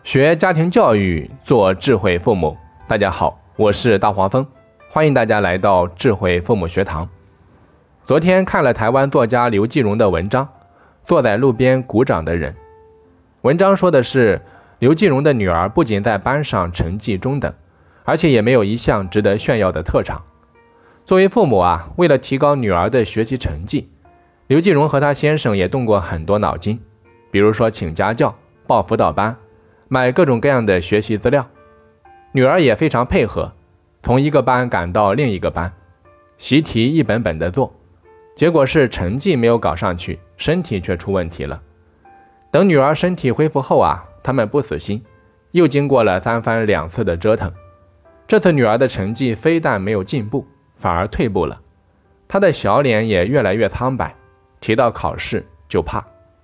学家庭教育，做智慧父母。大家好，我是大黄蜂，欢迎大家来到智慧父母学堂。昨天看了台湾作家刘继荣的文章《坐在路边鼓掌的人》。文章说的是，刘继荣的女儿不仅在班上成绩中等，而且也没有一项值得炫耀的特长。作为父母为了提高女儿的学习成绩，刘继荣和他先生也动过很多脑筋，比如说请家教、报辅导班、买各种各样的学习资料。女儿也非常配合，从一个班赶到另一个班，习题一本本的做，结果是成绩没有搞上去，身体却出问题了。等女儿身体恢复后他们不死心，又经过了3番2次的折腾。这次女儿的成绩非但没有进步，反而退步了，她的小脸也越来越苍白，提到考试就怕。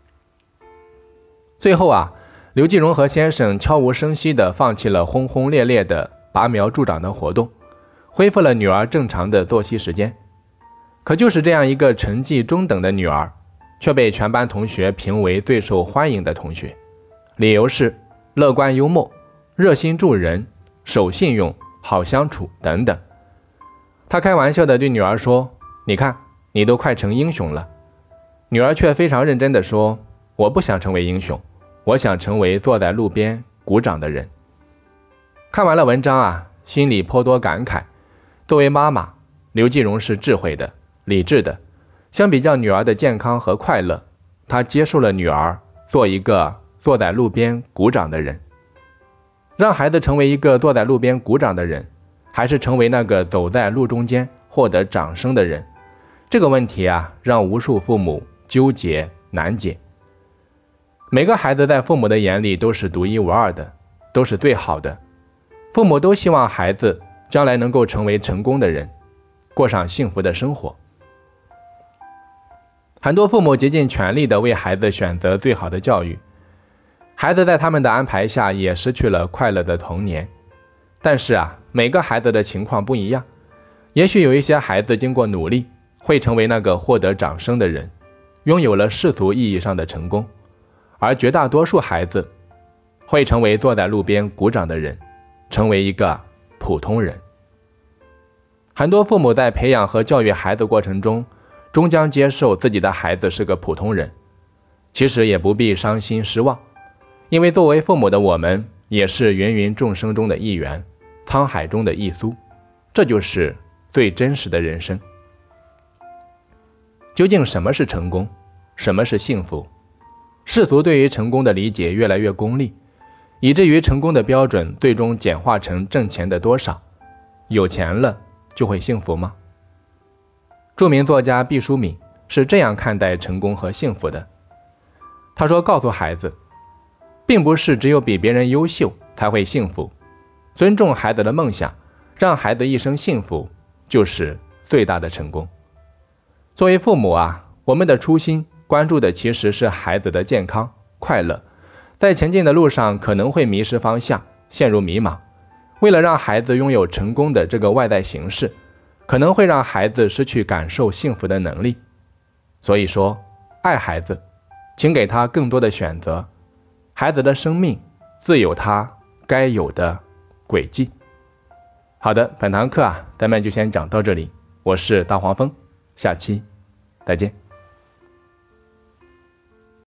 最后刘继荣和先生悄无声息地放弃了轰轰烈烈的拔苗助长的活动，恢复了女儿正常的作息时间。可就是这样一个成绩中等的女儿，却被全班同学评为最受欢迎的同学，理由是乐观幽默、热心助人、守信用、好相处等等。他开玩笑地对女儿说，你看，你都快成英雄了。女儿却非常认真地说，我不想成为英雄，我想成为坐在路边鼓掌的人。看完了文章心里颇多感慨。作为妈妈，刘继荣是智慧的、理智的。相比较女儿的健康和快乐，他接受了女儿做一个坐在路边鼓掌的人。让孩子成为一个坐在路边鼓掌的人，还是成为那个走在路中间获得掌声的人，这个问题让无数父母纠结难解。每个孩子在父母的眼里都是独一无二的，都是最好的。父母都希望孩子将来能够成为成功的人，过上幸福的生活。很多父母竭尽全力地为孩子选择最好的教育，孩子在他们的安排下也失去了快乐的童年。但是每个孩子的情况不一样，也许有一些孩子经过努力，会成为那个获得掌声的人，拥有了世俗意义上的成功，而绝大多数孩子会成为坐在路边鼓掌的人，成为一个普通人。很多父母在培养和教育孩子过程中，终将接受自己的孩子是个普通人。其实也不必伤心失望，因为作为父母的我们，也是芸芸众生中的一员，沧海中的一粟，这就是最真实的人生。究竟什么是成功？什么是幸福？世俗对于成功的理解越来越功利，以至于成功的标准最终简化成挣钱的多少。有钱了就会幸福吗？著名作家毕淑敏是这样看待成功和幸福的。他说，告诉孩子，并不是只有比别人优秀才会幸福，尊重孩子的梦想，让孩子一生幸福，就是最大的成功。作为父母我们的初心关注的其实是孩子的健康快乐，在前进的路上可能会迷失方向，陷入迷茫。为了让孩子拥有成功的这个外在形式，可能会让孩子失去感受幸福的能力。所以说，爱孩子，请给他更多的选择，孩子的生命自有他该有的轨迹。好的，本堂课咱们就先讲到这里，我是大黄蜂，下期再见。